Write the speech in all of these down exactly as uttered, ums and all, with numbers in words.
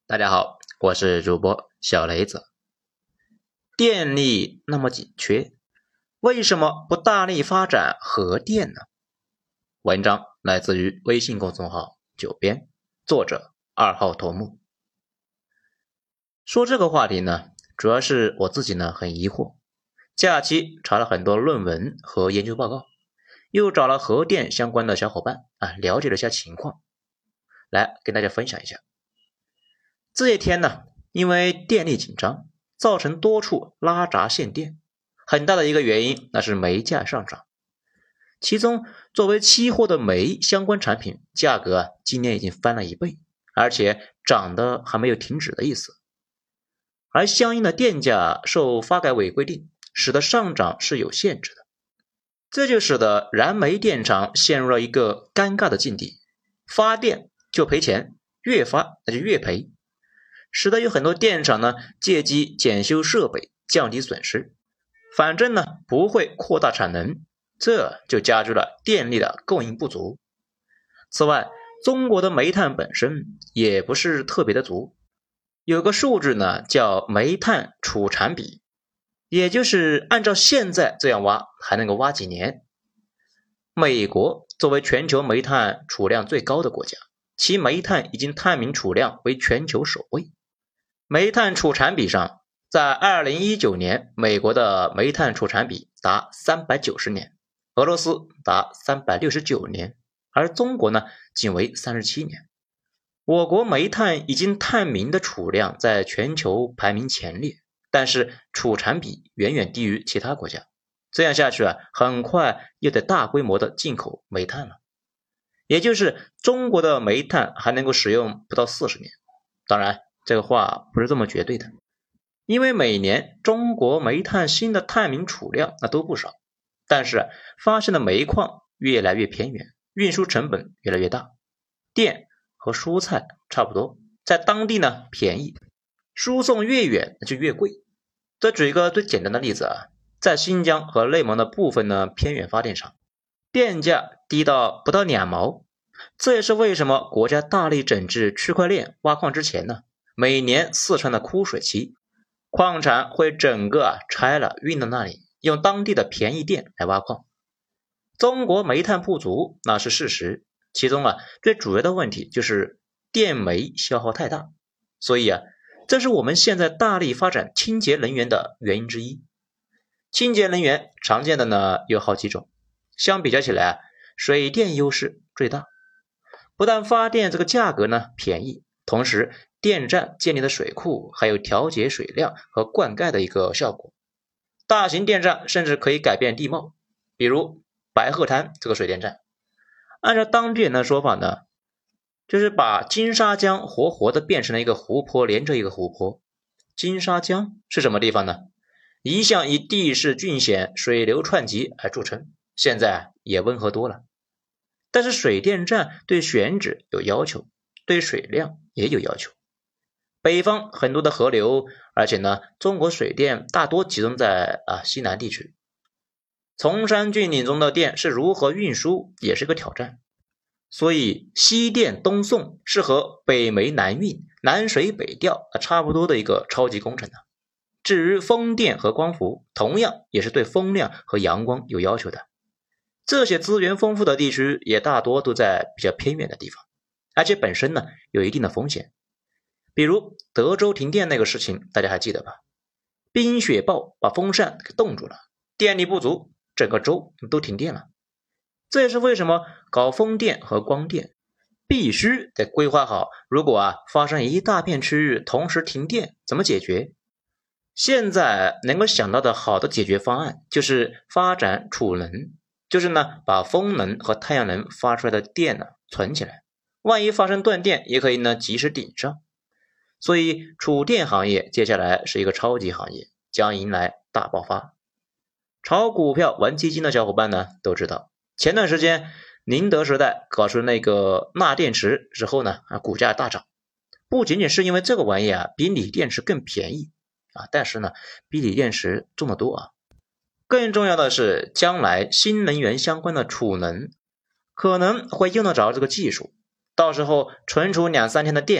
大家好，我是主播小雷子。电力那么紧缺，为什么不大力发展核电呢？文章来自于微信公众号九编，作者二号头目。说这个话题呢，主要是我自己呢很疑惑，假期查了很多论文和研究报告，又找了核电相关的小伙伴啊，了解了一下情况，来跟大家分享一下。这些天呢，因为电力紧张，造成多处拉闸限电，很大的一个原因那是煤价上涨。其中作为期货的煤相关产品价格啊，今年已经翻了一倍，而且涨得还没有停止的意思。而相应的电价受发改委规定，使得上涨是有限制的。这就使得燃煤电厂陷入了一个尴尬的境地，发电就赔钱，越发那就越赔，使得有很多电厂呢借机检修设备，降低损失，反正呢不会扩大产能，这就加剧了电力的供应不足。此外，中国的煤炭本身也不是特别的足，有个数据呢叫煤炭储产比，也就是按照现在这样挖还能够挖几年。美国作为全球煤炭储量最高的国家，其煤炭已经探明储量为全球首位。煤炭储产比上，在二零一九年美国的煤炭储产比达三百九十年，俄罗斯达三百六十九年，而中国呢仅为三十七年。我国煤炭已经探明的储量在全球排名前列，但是储产比远远低于其他国家，这样下去啊，很快又得大规模的进口煤炭了。也就是中国的煤炭还能够使用不到四十年。当然这个话不是这么绝对的，因为每年中国煤炭新的探明储量那都不少，但是发现的煤矿越来越偏远，运输成本越来越大。电和蔬菜差不多，在当地呢便宜，输送越远就越贵。再举一个最简单的例子啊，在新疆和内蒙的部分呢偏远发电厂，电价低到不到两毛。这也是为什么国家大力整治区块链挖矿之前呢，每年四川的枯水期，矿产会整个啊拆了运到那里，用当地的便宜电来挖矿。中国煤炭不足那是事实，其中啊最主要的问题就是电煤消耗太大，所以啊这是我们现在大力发展清洁能源的原因之一。清洁能源常见的呢有好几种，相比较起来啊，水电优势最大。不但发电这个价格呢便宜，同时电站建立的水库还有调节水量和灌溉的一个效果。大型电站甚至可以改变地貌，比如白鹤滩这个水电站，按照当地人的说法呢，就是把金沙江活活的变成了一个湖泊，连着一个湖泊。金沙江是什么地方呢？一向以地势峻险、水流湍急而著称，现在也温和多了。但是水电站对选址有要求，对水量也有要求。北方很多的河流，而且呢，中国水电大多集中在啊西南地区。崇山峻岭中的电是如何运输，也是个挑战。所以西电东送是和北煤南运、南水北调差不多的一个超级工程的。至于风电和光伏，同样也是对风量和阳光有要求的。这些资源丰富的地区也大多都在比较偏远的地方，而且本身呢有一定的风险。比如德州停电那个事情大家还记得吧？冰雪暴把风扇给冻住了，电力不足，整个州都停电了。这也是为什么搞风电和光电必须得规划好，如果啊发生一大片区域同时停电怎么解决。现在能够想到的好的解决方案就是发展储能，就是呢把风能和太阳能发出来的电呢存起来，万一发生断电也可以呢及时顶上。所以储电行业接下来是一个超级行业，将迎来大爆发。炒股票玩基金的小伙伴呢都知道，前段时间宁德时代搞出那个钠电池之后呢啊股价大涨，不仅仅是因为这个玩意啊比锂电池更便宜啊，但是呢比锂电池重得多啊。更重要的是，将来新能源相关的储能可能会用得着这个技术，到时候存储两三天的电量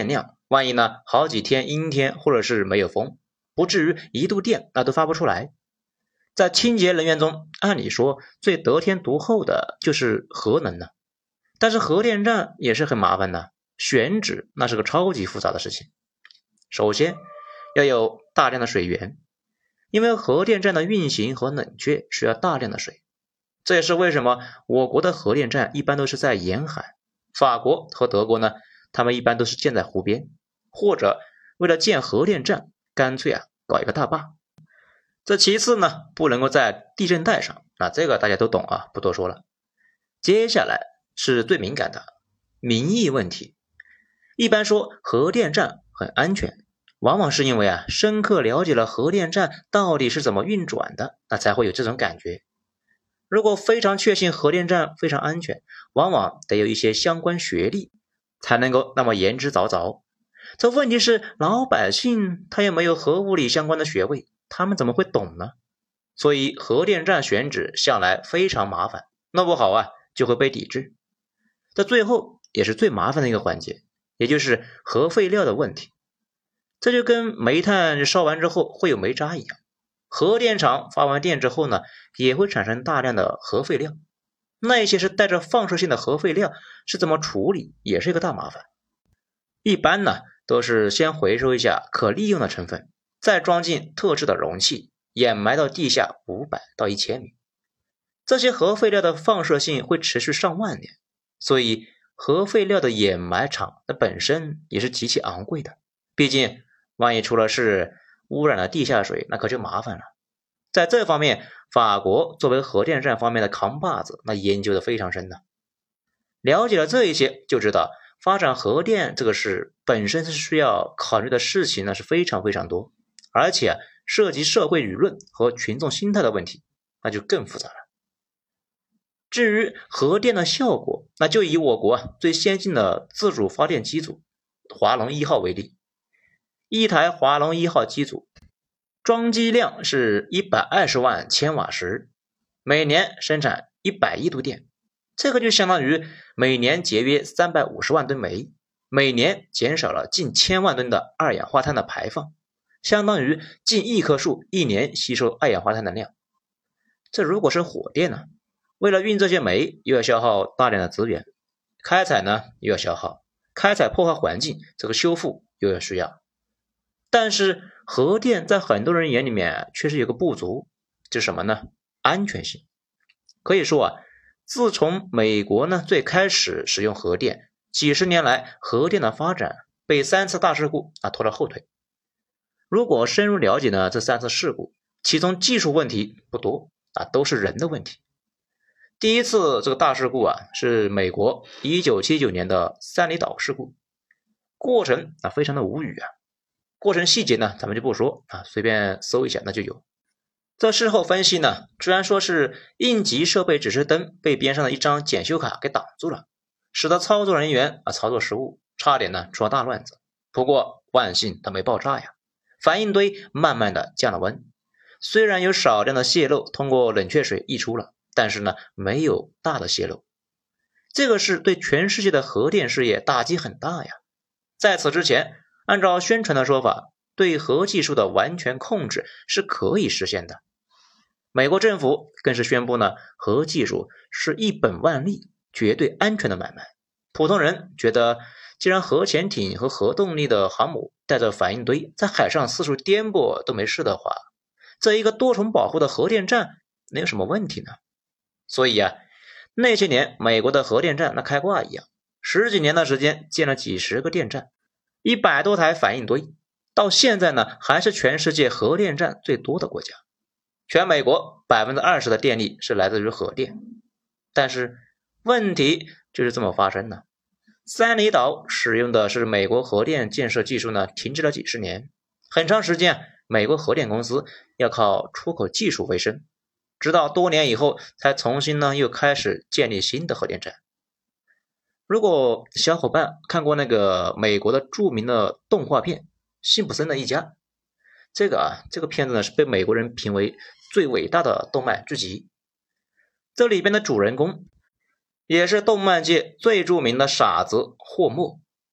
万一呢好几天阴天或者是没有风，不至于一度电那都发不出来。在清洁能源中，按理说最得天独厚的就是核能了，但是核电站也是很麻烦的，选址那是个超级复杂的事情。首先要有大量的水源，因为核电站的运行和冷却需要大量的水，这也是为什么我国的核电站一般都是在沿海，法国和德国呢，他们一般都是建在湖边，或者为了建核电站，干脆啊搞一个大坝。这其次呢，不能够在地震带上，那这个大家都懂啊，不多说了。接下来是最敏感的民意问题。一般说核电站很安全，往往是因为啊深刻了解了核电站到底是怎么运转的，那才会有这种感觉。如果非常确信核电站非常安全，往往得有一些相关学历才能够那么言之凿凿。这问题是老百姓他又没有核物理相关的学位，他们怎么会懂呢？所以核电站选址向来非常麻烦，弄不好啊就会被抵制。这最后也是最麻烦的一个环节，也就是核废料的问题。这就跟煤炭烧完之后会有煤渣一样，核电厂发完电之后呢，也会产生大量的核废料。那些是带着放射性的核废料是怎么处理，也是一个大麻烦。一般呢都是先回收一下可利用的成分，再装进特制的容器，掩埋到地下五百到一千米。这些核废料的放射性会持续上万年，所以核废料的掩埋场的本身也是极其昂贵的。毕竟万一出了事，污染了地下水，那可就麻烦了。在这方面，法国作为核电站方面的扛把子，那研究的非常深的。了解了这一些，就知道发展核电这个事本身是需要考虑的事情呢是非常非常多，而且涉及社会舆论和群众心态的问题，那就更复杂了。至于核电的效果，那就以我国最先进的自主发电机组华龙一号为例。一台华龙一号机组装机量是一百二十万千瓦时，每年生产一百亿度电，这个就相当于每年节约三百五十万吨煤，每年减少了近千万吨的二氧化碳的排放，相当于近一棵树一年吸收二氧化碳的量。这如果是火电呢，为了运这些煤又要消耗大量的资源，开采呢又要消耗，开采破坏环境，这个修复又要需要。但是核电在很多人眼里面确实有个不足，就是什么呢？安全性。可以说啊，自从美国呢最开始使用核电，几十年来核电的发展被三次大事故啊拖了后腿。如果深入了解呢这三次事故，其中技术问题不多啊，都是人的问题。第一次这个大事故啊是美国一九七九年的三里岛事故，过程啊非常的无语啊。过程细节呢咱们就不说啊，随便搜一下那就有。这事后分析呢，居然说是应急设备指示灯被边上的一张检修卡给挡住了，使得操作人员啊操作失误，差点呢出了大乱子。不过万幸它没爆炸呀，反应堆慢慢的降了温，虽然有少量的泄漏通过冷却水溢出了，但是呢没有大的泄漏。这个是对全世界的核电事业打击很大呀。在此之前，按照宣传的说法，对核技术的完全控制是可以实现的。美国政府更是宣布呢，核技术是一本万利，绝对安全的买卖。普通人觉得，既然核潜艇和核动力的航母带着反应堆在海上四处颠簸都没事的话，这一个多重保护的核电站能有什么问题呢？所以啊，那些年美国的核电站那开挂一样，十几年的时间建了几十个电站，一百多台反应堆，到现在呢还是全世界核电站最多的国家。全美国 百分之二十 的电力是来自于核电。但是问题就是这么发生的。三里岛使用的是美国核电建设技术呢，停滞了几十年，很长时间美国核电公司要靠出口技术为生，直到多年以后才重新呢又开始建立新的核电站。如果小伙伴看过那个美国的著名的动画片《辛普森的一家》，这个啊这个片子呢是被美国人评为最伟大的动漫剧集。这里边的主人公也是动漫界最著名的傻子霍默，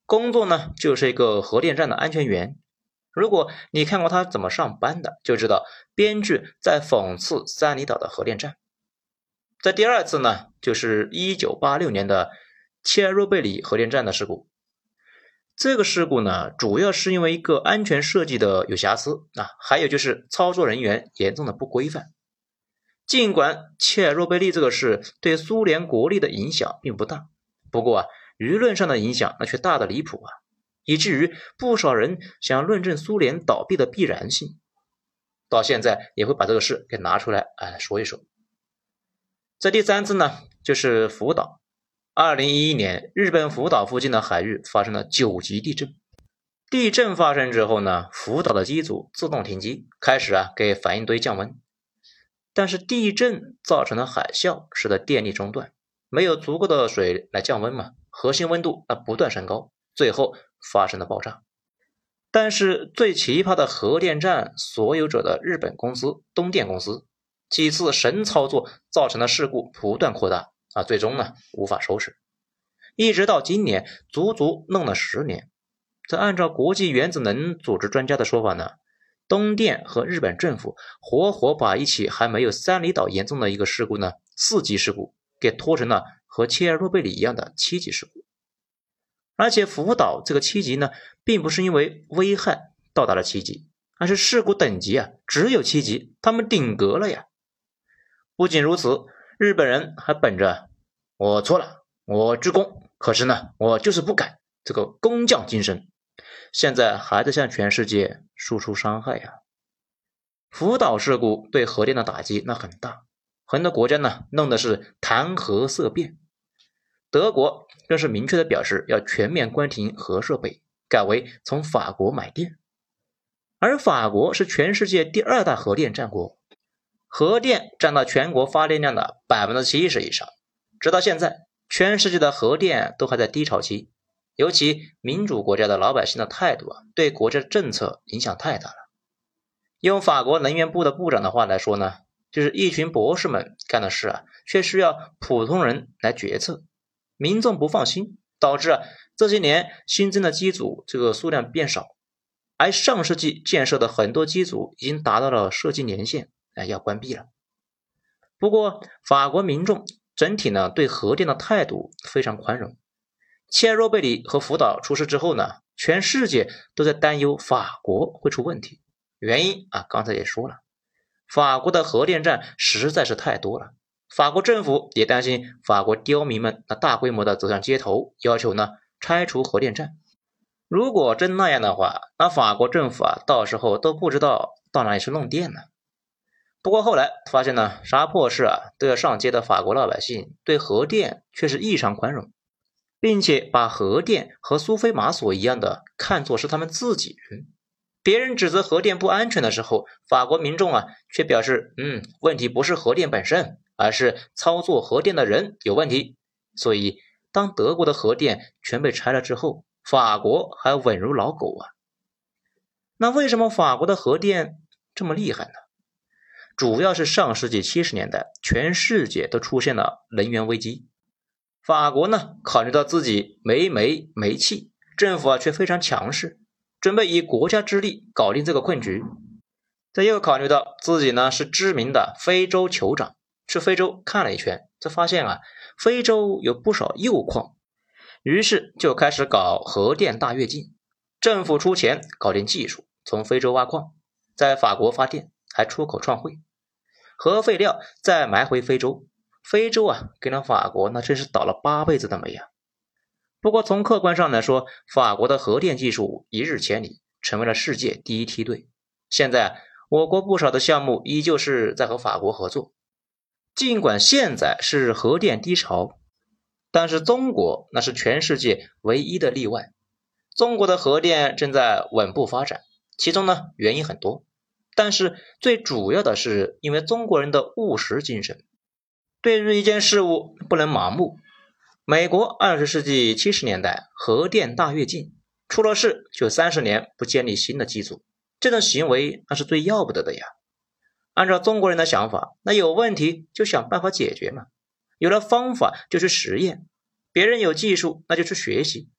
工作呢就是一个核电站的安全员。如果你看过他怎么上班的，就知道编剧在讽刺三里岛的核电站。在第二次呢，就是一九八六年的切尔诺贝利核电站的事故。这个事故呢，主要是因为一个安全设计的有瑕疵啊，还有就是操作人员严重的不规范。尽管切尔诺贝利这个事对苏联国力的影响并不大，不过啊，舆论上的影响那却大得离谱啊，以至于不少人想论证苏联倒闭的必然性，到现在也会把这个事给拿出来哎说一说。在第三次呢，就是福岛。二零一一年，日本福岛附近的海域发生了九级地震。地震发生之后呢，福岛的机组自动停机，开始啊给反应堆降温。但是地震造成的海啸使得电力中断，没有足够的水来降温嘛，核心温度啊不断升高，最后发生了爆炸。但是最奇葩的核电站所有者的日本公司东电公司，几次神操作造成的事故不断扩大啊，最终呢无法收拾，一直到今年足足弄了十年。这按照国际原子能组织专家的说法呢，东电和日本政府活活把一起还没有三里岛严重的一个事故呢，四级事故给拖成了和切尔诺贝利一样的七级事故。而且福岛这个七级呢，并不是因为危害到达了七级，而是事故等级啊只有七级，他们顶格了呀。不仅如此，日本人还本着我错了，我鞠躬，可是呢我就是不改这个工匠精神，现在还在向全世界输出伤害呀。福岛事故对核电的打击那很大，很多国家呢弄的是谈核色变。德国更是明确的表示要全面关停核设备，改为从法国买电。而法国是全世界第二大核电战国，核电占到全国发电量的 百分之七十 以上。直到现在，全世界的核电都还在低潮期，尤其民主国家的老百姓的态度啊，对国家政策影响太大了。用法国能源部的部长的话来说呢，就是一群博士们干的事啊，却需要普通人来决策，民众不放心，导致啊这些年新增的机组这个数量变少，而上世纪建设的很多机组已经达到了设计年限，哎，要关闭了。不过法国民众整体呢对核电的态度非常宽容。切尔诺贝利和福岛出事之后呢，全世界都在担忧法国会出问题。原因啊，刚才也说了，法国的核电站实在是太多了。法国政府也担心法国刁民们那大规模的走上街头，要求呢拆除核电站。如果真那样的话，那法国政府啊到时候都不知道到哪里去弄电呢。不过后来发现呢，啥破事啊都要上街的法国老百姓对核电却是异常宽容，并且把核电和苏菲玛索一样的看作是他们自己人。别人指责核电不安全的时候，法国民众啊却表示嗯，问题不是核电本身，而是操作核电的人有问题。所以当德国的核电全被拆了之后，法国还稳如老狗啊。那为什么法国的核电这么厉害呢？主要是上世纪七十年代全世界都出现了能源危机，法国呢考虑到自己没煤没气，政府啊却非常强势，准备以国家之力搞定这个困局。再又考虑到自己呢是知名的非洲酋长，去非洲看了一圈，才发现啊非洲有不少铀矿，于是就开始搞核电大跃进，政府出钱搞定技术，从非洲挖矿，在法国发电，还出口创汇，核废料再埋回非洲，非洲啊给了法国那真是倒了八辈子的霉啊。不过从客观上来说，法国的核电技术一日千里，成为了世界第一梯队。现在我国不少的项目依旧是在和法国合作。尽管现在是核电低潮，但是中国那是全世界唯一的例外。中国的核电正在稳步发展，其中呢原因很多，但是最主要的是因为中国人的务实精神，对于一件事物不能盲目。美国二十世纪七十年代核电大跃进，出了事就三十年不建立新的机组，这种行为那是最要不得的呀。按照中国人的想法，那有问题就想办法解决嘛，有了方法就去实验，别人有技术那就去学习，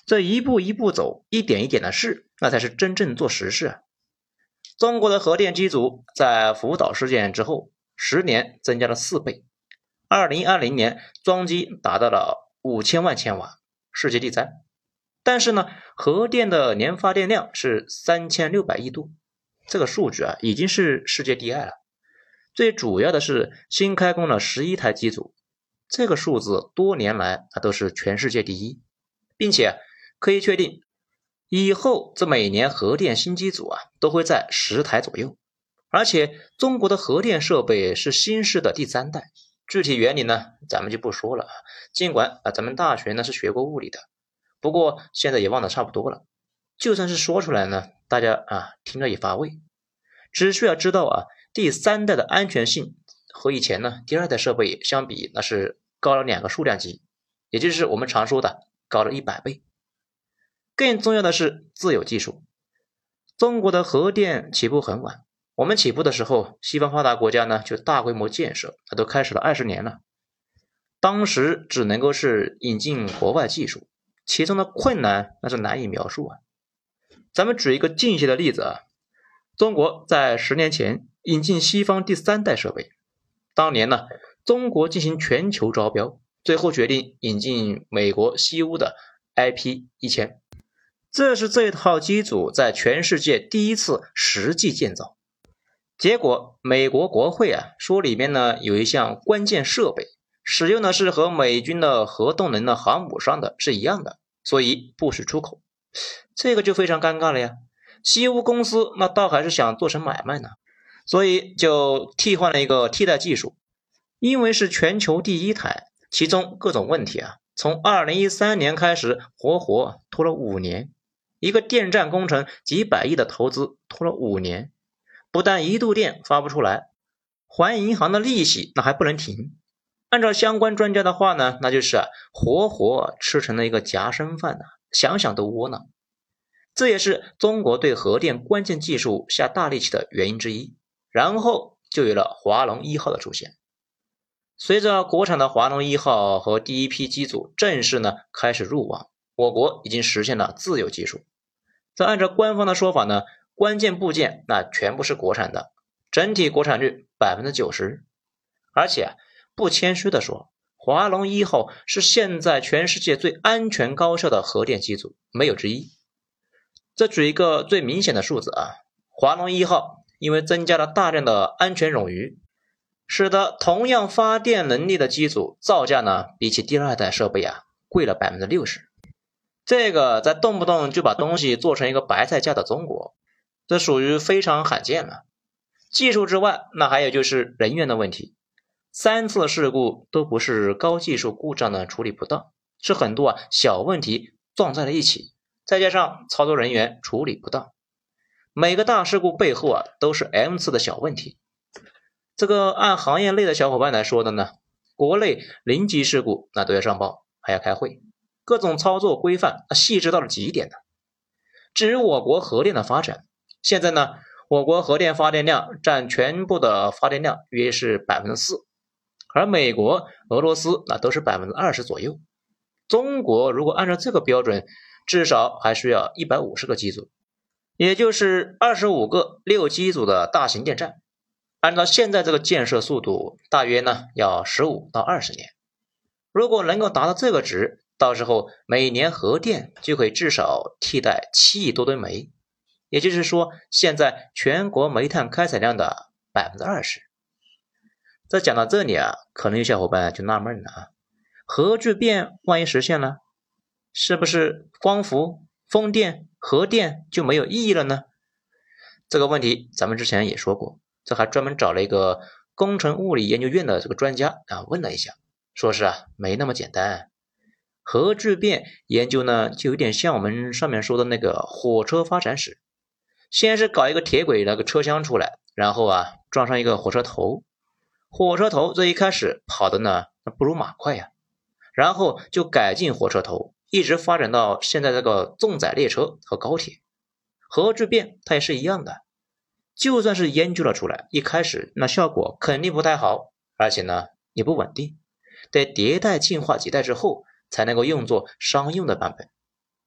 这一步一步走，一点一点的试，那才是真正做实事啊。中国的核电机组在福岛事件之后，十年增加了四倍。二零二零年装机达到了五千万千瓦，世界第三。但是呢，核电的年发电量是三千六百亿度，这个数据啊已经是世界第二了。最主要的是新开工了十一台机组，这个数字多年来它都是全世界第一，并且可以确定以后这每年核电新机组啊都会在十台左右。而且中国的核电设备是新式的第三代，具体原理呢咱们就不说了，尽管啊咱们大学呢是学过物理的，不过现在也忘得差不多了。就算是说出来呢，大家啊听着也乏味。只需要知道啊，第三代的安全性和以前呢第二代设备相比，那是高了两个数量级，也就是我们常说的高了一百倍。更重要的是自有技术。中国的核电起步很晚，我们起步的时候，西方发达国家呢就大规模建设，它都开始了二十年了。当时只能够是引进国外技术，其中的困难那是难以描述啊。咱们举一个近些的例子啊，中国在十年前引进西方第三代设备，当年呢，中国进行全球招标，最后决定引进美国西屋的 I P 一千，这是这套机组在全世界第一次实际建造。结果美国国会啊说里面呢有一项关键设备，使用的是和美军的核动能的航母上的是一样的，所以不许出口。这个就非常尴尬了呀。西屋公司那倒还是想做成买卖呢，所以就替换了一个替代技术。因为是全球第一台，其中各种问题啊，从二零一三年开始活活拖了五年。一个电站工程几百亿的投资拖了五年，不但一度电发不出来，还银行的利息那还不能停。按照相关专家的话呢，那就是啊，活活吃成了一个夹生饭啊，想想都窝囊。这也是中国对核电关键技术下大力气的原因之一。然后就有了华龙一号的出现。随着国产的华龙一号和第一批机组正式呢开始入网，我国已经实现了自有技术。再按照官方的说法呢，关键部件那全部是国产的，整体国产率 百分之九十。 而且不谦虚的说，华龙一号是现在全世界最安全高效的核电机组，没有之一。这举一个最明显的数字啊，华龙一号因为增加了大量的安全冗余，使得同样发电能力的机组造价呢比起第二代设备啊贵了 百分之六十。 这个在动不动就把东西做成一个白菜价的中国，这属于非常罕见了。技术之外，那还有就是人员的问题。三次事故都不是高技术故障的处理不当，是很多啊小问题撞在了一起，再加上操作人员处理不当。每个大事故背后啊都是 M 次的小问题。这个按行业内的小伙伴来说的呢，国内零级事故那都要上报，还要开会，各种操作规范细致到了极点的。至于我国核电的发展，现在呢，我国核电发电量占全部的发电量约是 百分之四， 而美国、俄罗斯那都是 百分之二十 左右。中国如果按照这个标准，至少还需要一百五十个机组，也就是二十五个六机组的大型电站。按照现在这个建设速度，大约呢要十五到二十年。如果能够达到这个值，到时候每年核电就可以至少替代七亿多吨煤，也就是说现在全国煤炭开采量的 百分之二十。 在讲到这里啊，可能有小伙伴就纳闷了啊，核聚变万一实现了，是不是光伏、风电、核电就没有意义了呢？这个问题咱们之前也说过，这还专门找了一个工程物理研究院的这个专家啊问了一下，说是啊没那么简单。核聚变研究呢就有点像我们上面说的那个火车发展史，先是搞一个铁轨那个车厢出来，然后啊装上一个火车头，火车头这一开始跑的呢不如马快呀，然后就改进火车头，一直发展到现在这个重载列车和高铁。核聚变它也是一样的，就算是研究了出来，一开始那效果肯定不太好，而且呢也不稳定，得迭代进化几代之后才能够用作商用的版本。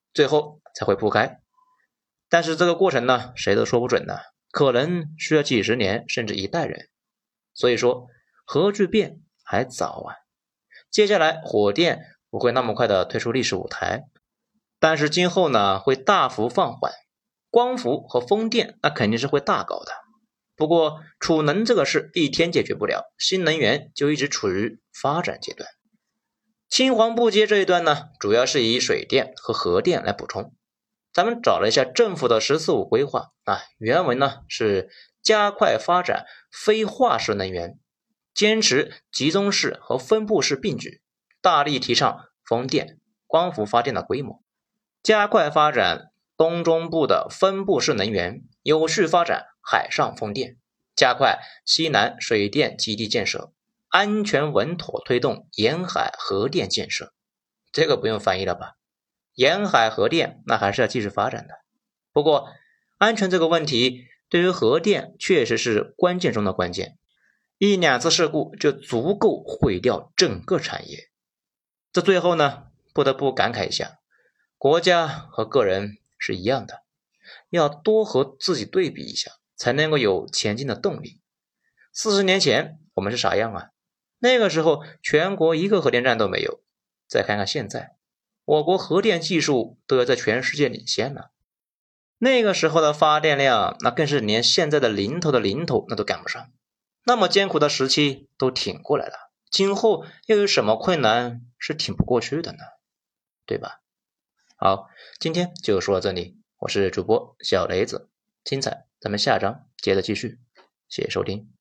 最后才会铺开。但是这个过程呢，谁都说不准呢，可能需要几十年甚至一代人。所以说核聚变还早啊。接下来火电不会那么快的退出历史舞台，但是今后呢会大幅放缓。光伏和风电那肯定是会大搞的。不过储能这个事一天解决不了，新能源就一直处于发展阶段。青黄不接这一段呢，主要是以水电和核电来补充。咱们找了一下政府的十四五规划啊，原文呢是加快发展非化石能源，坚持集中式和分布式并举，大力提倡风电、光伏发电的规模，加快发展东中部的分布式能源，有序发展海上风电，加快西南水电基地建设，安全稳妥推动沿海核电建设。这个不用翻译了吧？沿海核电那还是要继续发展的。不过安全这个问题对于核电确实是关键中的关键，一两次事故就足够毁掉整个产业。这最后呢，不得不感慨一下，国家和个人是一样的，要多和自己对比一下，才能够有前进的动力。四十年前我们是啥样啊？那个时候全国一个核电站都没有。再看看现在，我国核电技术都要在全世界领先了。那个时候的发电量，那更是连现在的零头的零头那都赶不上。那么艰苦的时期都挺过来了，今后又有什么困难是挺不过去的呢？对吧？好，今天就说到这里，我是主播小雷子，精彩咱们下章接着继续，谢谢收听。